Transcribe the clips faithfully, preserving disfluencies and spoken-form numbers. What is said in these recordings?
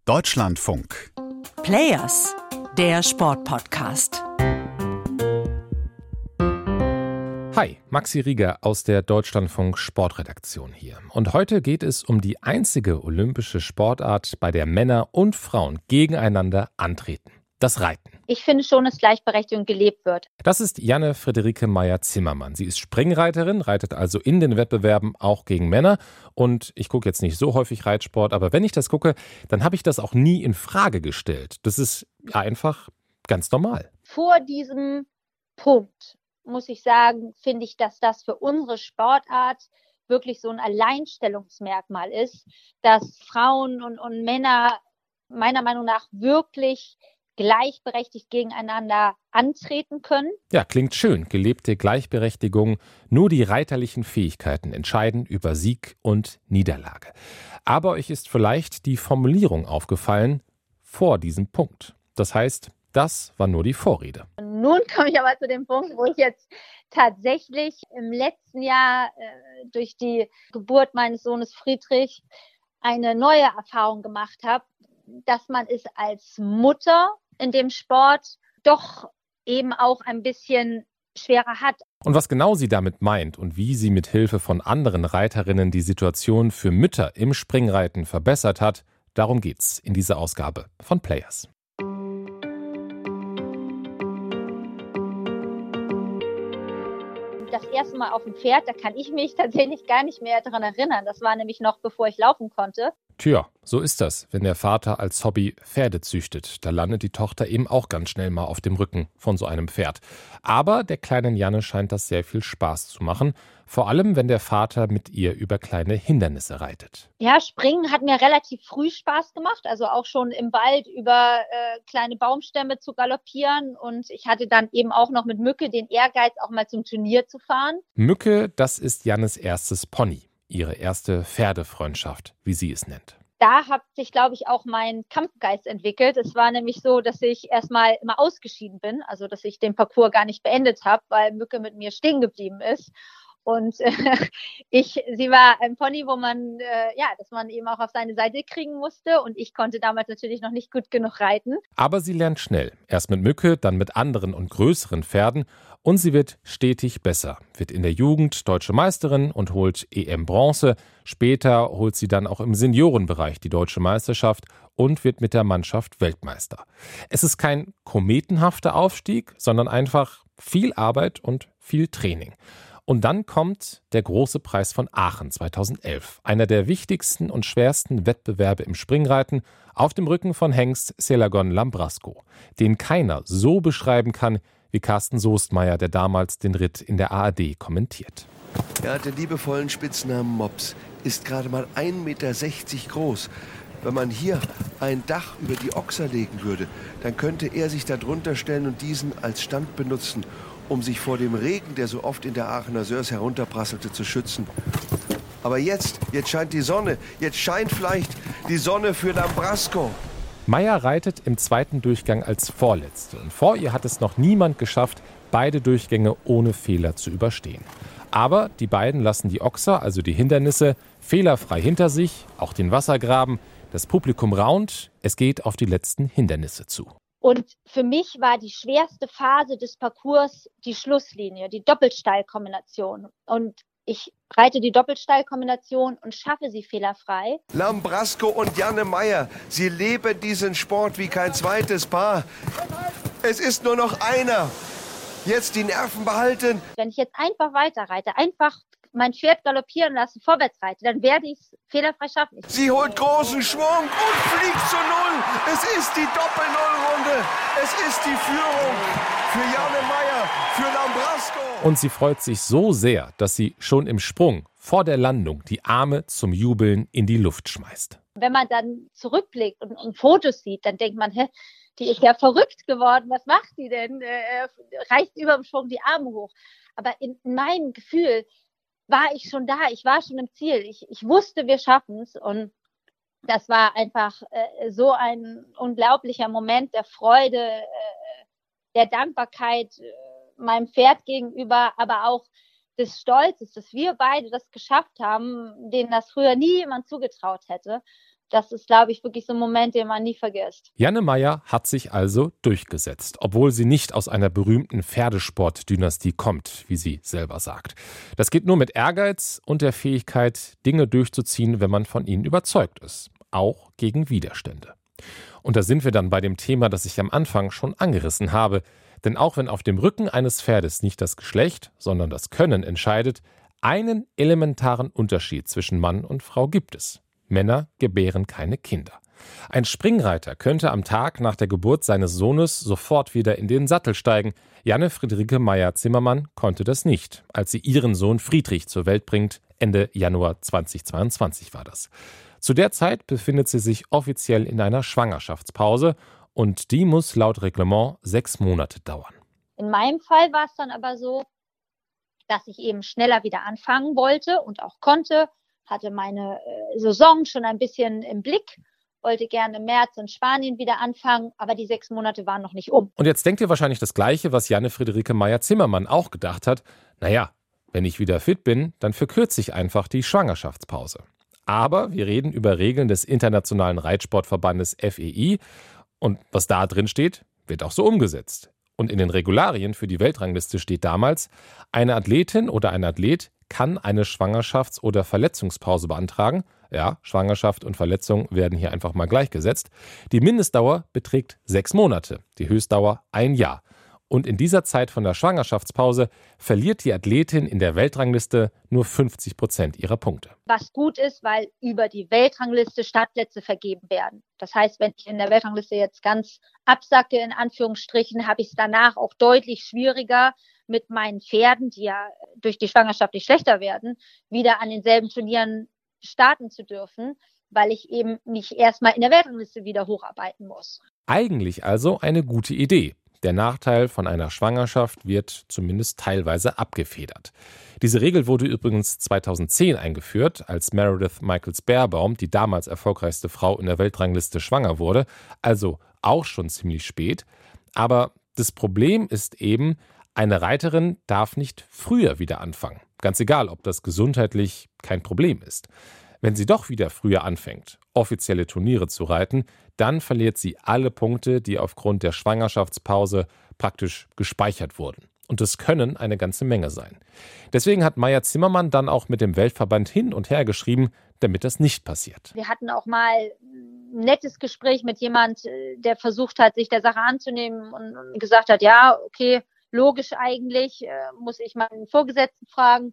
Deutschlandfunk. Players, der Sportpodcast. Hi, Maxi Rieger aus der Deutschlandfunk Sportredaktion hier. Und heute geht es um die einzige olympische Sportart, bei der Männer und Frauen gegeneinander antreten. Das Reiten. Ich finde schon, dass Gleichberechtigung gelebt wird. Das ist Janne Friederike Meyer-Zimmermann. Sie ist Springreiterin, reitet also in den Wettbewerben auch gegen Männer. Und ich gucke jetzt nicht so häufig Reitsport, aber wenn ich das gucke, dann habe ich das auch nie in Frage gestellt. Das ist einfach ganz normal. Vor diesem Punkt, muss ich sagen, finde ich, dass das für unsere Sportart wirklich so ein Alleinstellungsmerkmal ist, dass Frauen und, und Männer meiner Meinung nach wirklich gleichberechtigt gegeneinander antreten können. Ja, klingt schön. Gelebte Gleichberechtigung. Nur die reiterlichen Fähigkeiten entscheiden über Sieg und Niederlage. Aber euch ist vielleicht die Formulierung aufgefallen vor diesem Punkt. Das heißt, das war nur die Vorrede. Nun komme ich aber zu dem Punkt, wo ich jetzt tatsächlich im letzten Jahr äh, durch die Geburt meines Sohnes Friedrich eine neue Erfahrung gemacht habe, dass man es als Mutter in dem Sport doch eben auch ein bisschen schwerer hat. Und was genau sie damit meint und wie sie mit Hilfe von anderen Reiterinnen die Situation für Mütter im Springreiten verbessert hat, darum geht's in dieser Ausgabe von Players. Das erste Mal auf dem Pferd, da kann ich mich tatsächlich gar nicht mehr daran erinnern. Das war nämlich noch, bevor ich laufen konnte. Tja, so ist das, wenn der Vater als Hobby Pferde züchtet. Da landet die Tochter eben auch ganz schnell mal auf dem Rücken von so einem Pferd. Aber der kleinen Janne scheint das sehr viel Spaß zu machen. Vor allem, wenn der Vater mit ihr über kleine Hindernisse reitet. Ja, Springen hat mir relativ früh Spaß gemacht. Also auch schon im Wald über äh, kleine Baumstämme zu galoppieren. Und ich hatte dann eben auch noch mit Mücke den Ehrgeiz, auch mal zum Turnier zu fahren. Mücke, das ist Jannes erstes Pony. Ihre erste Pferdefreundschaft, wie sie es nennt. Da hat sich, glaube ich, auch mein Kampfgeist entwickelt. Es war nämlich so, dass ich erstmal immer ausgeschieden bin, also dass ich den Parcours gar nicht beendet habe, weil Mücke mit mir stehen geblieben ist. Und äh, ich, sie war ein Pony, wo man, äh, ja, dass man eben auch auf seine Seite kriegen musste. Und ich konnte damals natürlich noch nicht gut genug reiten. Aber sie lernt schnell. Erst mit Mücke, dann mit anderen und größeren Pferden. Und sie wird stetig besser. Wird in der Jugend deutsche Meisterin und holt E M-Bronze. Später holt sie dann auch im Seniorenbereich die deutsche Meisterschaft und wird mit der Mannschaft Weltmeister. Es ist kein kometenhafter Aufstieg, sondern einfach viel Arbeit und viel Training. Und dann kommt der große Preis von Aachen zweitausendelf. Einer der wichtigsten und schwersten Wettbewerbe im Springreiten auf dem Rücken von Hengst Selagon Lambrasco, den keiner so beschreiben kann wie Carsten Soestmeier, der damals den Ritt in der A R D kommentiert. Er hat den liebevollen Spitznamen Mops, ist gerade mal ein Meter sechzig groß. Wenn man hier ein Dach über die Ochser legen würde, dann könnte er sich da drunter stellen und diesen als Stand benutzen, um sich vor dem Regen, der so oft in der Aachener Sörs herunterprasselte, zu schützen. Aber jetzt, jetzt scheint die Sonne, jetzt scheint vielleicht die Sonne für Lambrasco. Meier reitet im zweiten Durchgang als Vorletzte. Und vor ihr hat es noch niemand geschafft, beide Durchgänge ohne Fehler zu überstehen. Aber die beiden lassen die Ochser, also die Hindernisse, fehlerfrei hinter sich, auch den Wassergraben. Das Publikum raunt, es geht auf die letzten Hindernisse zu. Und für mich war die schwerste Phase des Parcours die Schlusslinie, die Doppelsteilkombination. Und ich reite die Doppelsteilkombination und schaffe sie fehlerfrei. Lambrasco und Janne Meyer, sie leben diesen Sport wie kein zweites Paar. Es ist nur noch einer. Jetzt die Nerven behalten. Wenn ich jetzt einfach weiterreite, einfach mein Pferd galoppieren lasse, vorwärts reite, dann werde ich es fehlerfrei schaffen. Sie holt großen Schwung und fliegt zu Null. Es ist die Doppel-Null-Runde. Es ist die Führung für Janne Meyer, für Lambrasco. Und sie freut sich so sehr, dass sie schon im Sprung vor der Landung die Arme zum Jubeln in die Luft schmeißt. Wenn man dann zurückblickt und, und Fotos sieht, dann denkt man, hä, die ist ja verrückt geworden. Was macht die denn? Äh, reißt über dem Schwung die Arme hoch. Aber in, in meinem Gefühl war ich schon da, ich war schon im Ziel. Ich, ich wusste, wir schaffen es. Und das war einfach äh, so ein unglaublicher Moment der Freude, äh, der Dankbarkeit äh, meinem Pferd gegenüber, aber auch des Stolzes, dass wir beide das geschafft haben, denen das früher nie jemand zugetraut hätte. das ist, glaube ich, wirklich so ein Moment, den man nie vergisst. Janne Meyer hat sich also durchgesetzt, obwohl sie nicht aus einer berühmten Pferdesportdynastie kommt, wie sie selber sagt. Das geht nur mit Ehrgeiz und der Fähigkeit, Dinge durchzuziehen, wenn man von ihnen überzeugt ist, auch gegen Widerstände. Und da sind wir dann bei dem Thema, das ich am Anfang schon angerissen habe. Denn auch wenn auf dem Rücken eines Pferdes nicht das Geschlecht, sondern das Können entscheidet, einen elementaren Unterschied zwischen Mann und Frau gibt es. Männer gebären keine Kinder. Ein Springreiter könnte am Tag nach der Geburt seines Sohnes sofort wieder in den Sattel steigen. Janne Friederike Meyer-Zimmermann konnte das nicht, als sie ihren Sohn Friedrich zur Welt bringt. Ende Januar zweitausendzweiundzwanzig war das. Zu der Zeit befindet sie sich offiziell in einer Schwangerschaftspause und die muss laut Reglement sechs Monate dauern. In meinem Fall war es dann aber so, dass ich eben schneller wieder anfangen wollte und auch konnte, hatte meine äh, Saison schon ein bisschen im Blick, wollte gerne im März in Spanien wieder anfangen, aber die sechs Monate waren noch nicht um. Und jetzt denkt ihr wahrscheinlich das Gleiche, was Janne Friederike Meyer-Zimmermann auch gedacht hat. Naja, wenn ich wieder fit bin, dann verkürze ich einfach die Schwangerschaftspause. Aber wir reden über Regeln des Internationalen Reitsportverbandes F E I und was da drin steht, wird auch so umgesetzt. Und in den Regularien für die Weltrangliste steht damals, eine Athletin oder ein Athlet kann eine Schwangerschafts- oder Verletzungspause beantragen. Ja, Schwangerschaft und Verletzung werden hier einfach mal gleichgesetzt. Die Mindestdauer beträgt sechs Monate, die Höchstdauer ein Jahr. Und in dieser Zeit von der Schwangerschaftspause verliert die Athletin in der Weltrangliste nur fünfzig Prozent ihrer Punkte. Was gut ist, weil über die Weltrangliste Startplätze vergeben werden. Das heißt, wenn ich in der Weltrangliste jetzt ganz absacke, in Anführungsstrichen, habe ich es danach auch deutlich schwieriger, mit meinen Pferden, die ja durch die Schwangerschaft nicht schlechter werden, wieder an denselben Turnieren starten zu dürfen, weil ich eben mich erstmal in der Weltrangliste wieder hocharbeiten muss. Eigentlich also eine gute Idee. Der Nachteil von einer Schwangerschaft wird zumindest teilweise abgefedert. Diese Regel wurde übrigens zweitausendzehn eingeführt, als Meredith Michaels-Beerbaum, die damals erfolgreichste Frau in der Weltrangliste, schwanger wurde, also auch schon ziemlich spät. Aber das Problem ist eben, eine Reiterin darf nicht früher wieder anfangen. Ganz egal, ob das gesundheitlich kein Problem ist. Wenn sie doch wieder früher anfängt, offizielle Turniere zu reiten, dann verliert sie alle Punkte, die aufgrund der Schwangerschaftspause praktisch gespeichert wurden. Und das können eine ganze Menge sein. Deswegen hat Meyer-Zimmermann dann auch mit dem Weltverband hin und her geschrieben, damit das nicht passiert. Wir hatten auch mal ein nettes Gespräch mit jemand, der versucht hat, sich der Sache anzunehmen und gesagt hat, ja, okay, logisch eigentlich, muss ich meinen Vorgesetzten fragen.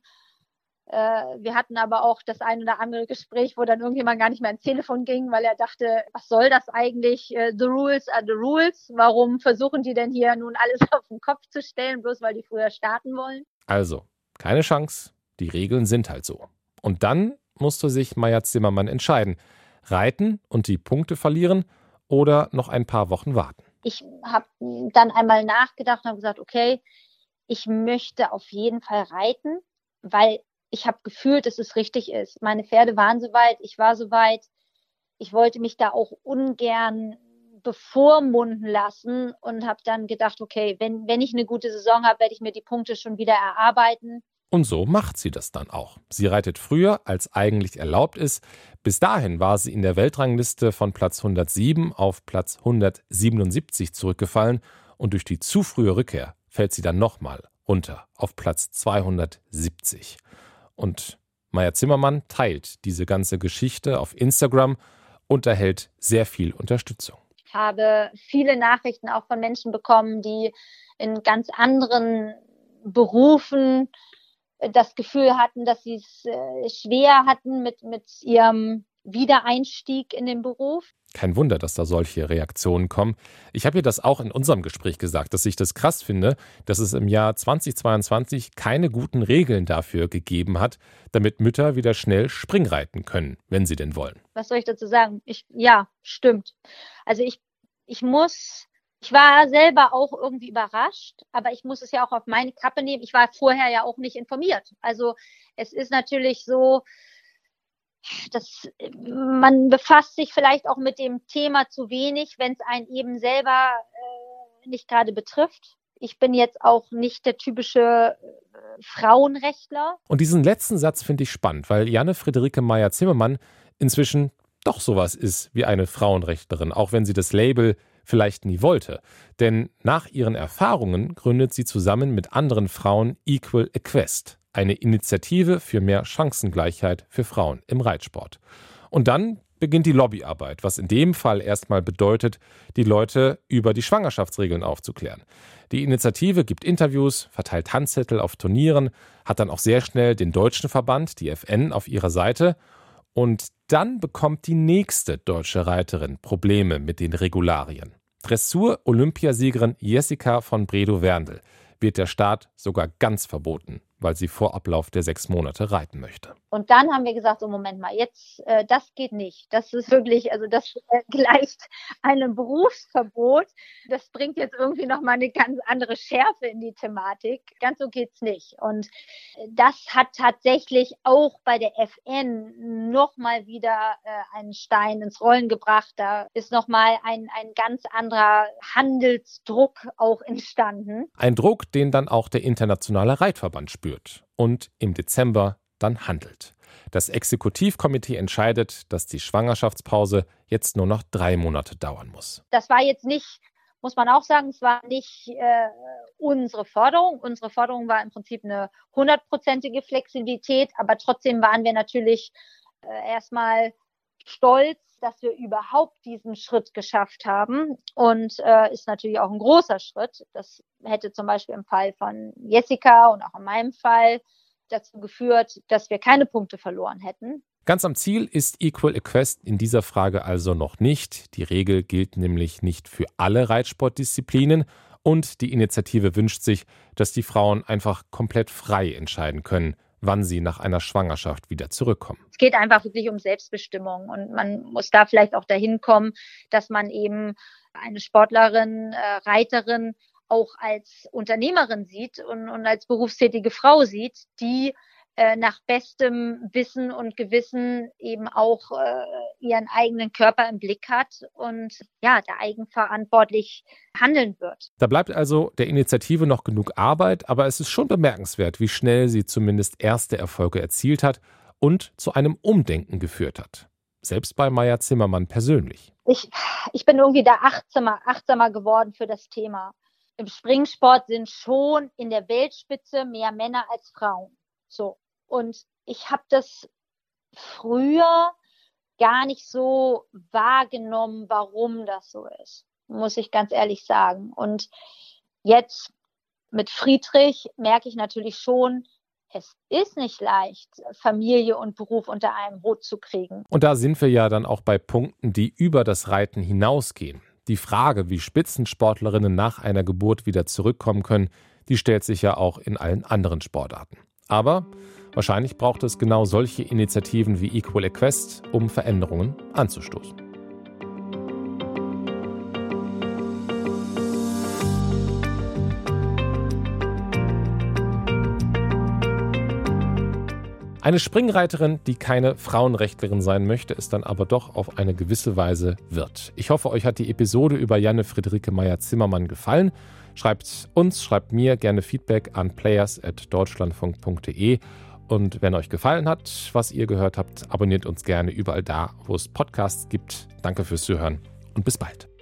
Wir hatten aber auch das ein oder andere Gespräch, wo dann irgendjemand gar nicht mehr ans Telefon ging, weil er dachte, was soll das eigentlich? The rules are the rules. Warum versuchen die denn hier nun alles auf den Kopf zu stellen, bloß weil die früher starten wollen? Also, keine Chance. Die Regeln sind halt so. Und dann musste sich Meyer-Zimmermann entscheiden. Reiten und die Punkte verlieren oder noch ein paar Wochen warten. Ich habe dann einmal nachgedacht und habe gesagt, okay, ich möchte auf jeden Fall reiten, weil ich habe gefühlt, dass es richtig ist. Meine Pferde waren soweit, ich war soweit. Ich wollte mich da auch ungern bevormunden lassen und habe dann gedacht, okay, wenn, wenn ich eine gute Saison habe, werde ich mir die Punkte schon wieder erarbeiten. Und so macht sie das dann auch. Sie reitet früher, als eigentlich erlaubt ist. Bis dahin war sie in der Weltrangliste von Platz hundertsieben auf Platz hundertsiebenundsiebzig zurückgefallen und durch die zu frühe Rückkehr fällt sie dann nochmal runter auf Platz zweihundertsiebzig. Und Meyer-Zimmermann teilt diese ganze Geschichte auf Instagram und erhält sehr viel Unterstützung. Ich habe viele Nachrichten auch von Menschen bekommen, die in ganz anderen Berufen das Gefühl hatten, dass sie es schwer hatten mit, mit ihrem Wiedereinstieg in den Beruf. Kein Wunder, dass da solche Reaktionen kommen. Ich habe ihr das auch in unserem Gespräch gesagt, dass ich das krass finde, dass es im Jahr zweitausendzweiundzwanzig keine guten Regeln dafür gegeben hat, damit Mütter wieder schnell Springreiten können, wenn sie denn wollen. Was soll ich dazu sagen? Ich, ja, stimmt. Also ich, ich muss, ich war selber auch irgendwie überrascht, aber ich muss es ja auch auf meine Kappe nehmen. Ich war vorher ja auch nicht informiert. Also es ist natürlich so, dass man befasst sich vielleicht auch mit dem Thema zu wenig, wenn es einen eben selber äh, nicht gerade betrifft. Ich bin jetzt auch nicht der typische äh, Frauenrechtler. Und diesen letzten Satz finde ich spannend, weil Janne Friederike Meyer-Zimmermann inzwischen doch sowas ist wie eine Frauenrechtlerin, auch wenn sie das Label vielleicht nie wollte. Denn nach ihren Erfahrungen gründet sie zusammen mit anderen Frauen Equal Equest, eine Initiative für mehr Chancengleichheit für Frauen im Reitsport. Und dann beginnt die Lobbyarbeit, was in dem Fall erstmal bedeutet, die Leute über die Schwangerschaftsregeln aufzuklären. Die Initiative gibt Interviews, verteilt Handzettel auf Turnieren, hat dann auch sehr schnell den deutschen Verband, die F N, auf ihrer Seite. Und dann bekommt die nächste deutsche Reiterin Probleme mit den Regularien. Dressur-Olympiasiegerin Jessica von Bredow-Werndl wird der Start sogar ganz verboten, weil sie vor Ablauf der sechs Monate reiten möchte. Und dann haben wir gesagt, so Moment mal, jetzt, äh, das geht nicht. Das ist wirklich, also das äh, gleicht einem Berufsverbot. Das bringt jetzt irgendwie nochmal eine ganz andere Schärfe in die Thematik. Ganz so geht's nicht. Und das hat tatsächlich auch bei der F N nochmal wieder äh, einen Stein ins Rollen gebracht. Da ist nochmal ein, ein ganz anderer Handelsdruck auch entstanden. Ein Druck, den dann auch der Internationale Reitverband spürt und im Dezember dann handelt. Das Exekutivkomitee entscheidet, dass die Schwangerschaftspause jetzt nur noch drei Monate dauern muss. Das war jetzt nicht, muss man auch sagen, es war nicht äh, unsere Forderung. Unsere Forderung war im Prinzip eine hundertprozentige Flexibilität, aber trotzdem waren wir natürlich äh, erstmal stolz, dass wir überhaupt diesen Schritt geschafft haben, und äh, ist natürlich auch ein großer Schritt. Das hätte zum Beispiel im Fall von Jessica und auch in meinem Fall dazu geführt, dass wir keine Punkte verloren hätten. Ganz am Ziel ist Equal Equest in dieser Frage also noch nicht. Die Regel gilt nämlich nicht für alle Reitsportdisziplinen und die Initiative wünscht sich, dass die Frauen einfach komplett frei entscheiden können, wann sie nach einer Schwangerschaft wieder zurückkommen. Es geht einfach wirklich um Selbstbestimmung und man muss da vielleicht auch dahin kommen, dass man eben eine Sportlerin, äh, Reiterin auch als Unternehmerin sieht und, und als berufstätige Frau sieht, die äh, nach bestem Wissen und Gewissen eben auch äh, ihren eigenen Körper im Blick hat und ja, da eigenverantwortlich handeln wird. Da bleibt also der Initiative noch genug Arbeit, aber es ist schon bemerkenswert, wie schnell sie zumindest erste Erfolge erzielt hat und zu einem Umdenken geführt hat. Selbst bei Maja Zimmermann persönlich. Ich, ich bin irgendwie da achtsamer, achtsamer geworden für das Thema. Im Springsport sind schon in der Weltspitze mehr Männer als Frauen. So. Und ich habe das früher gar nicht so wahrgenommen, warum das so ist, muss ich ganz ehrlich sagen. Und jetzt mit Friedrich merke ich natürlich schon, es ist nicht leicht, Familie und Beruf unter einem Hut zu kriegen. Und da sind wir ja dann auch bei Punkten, die über das Reiten hinausgehen. Die Frage, wie Spitzensportlerinnen nach einer Geburt wieder zurückkommen können, die stellt sich ja auch in allen anderen Sportarten. Aber wahrscheinlich braucht es genau solche Initiativen wie Equal Equest, um Veränderungen anzustoßen. Eine Springreiterin, die keine Frauenrechtlerin sein möchte, es dann aber doch auf eine gewisse Weise wird. Ich hoffe, euch hat die Episode über Janne Friederike Meyer-Zimmermann gefallen. Schreibt uns, schreibt mir gerne Feedback an players at deutschlandfunk punkt de. Und wenn euch gefallen hat, was ihr gehört habt, abonniert uns gerne überall da, wo es Podcasts gibt. Danke fürs Zuhören und bis bald.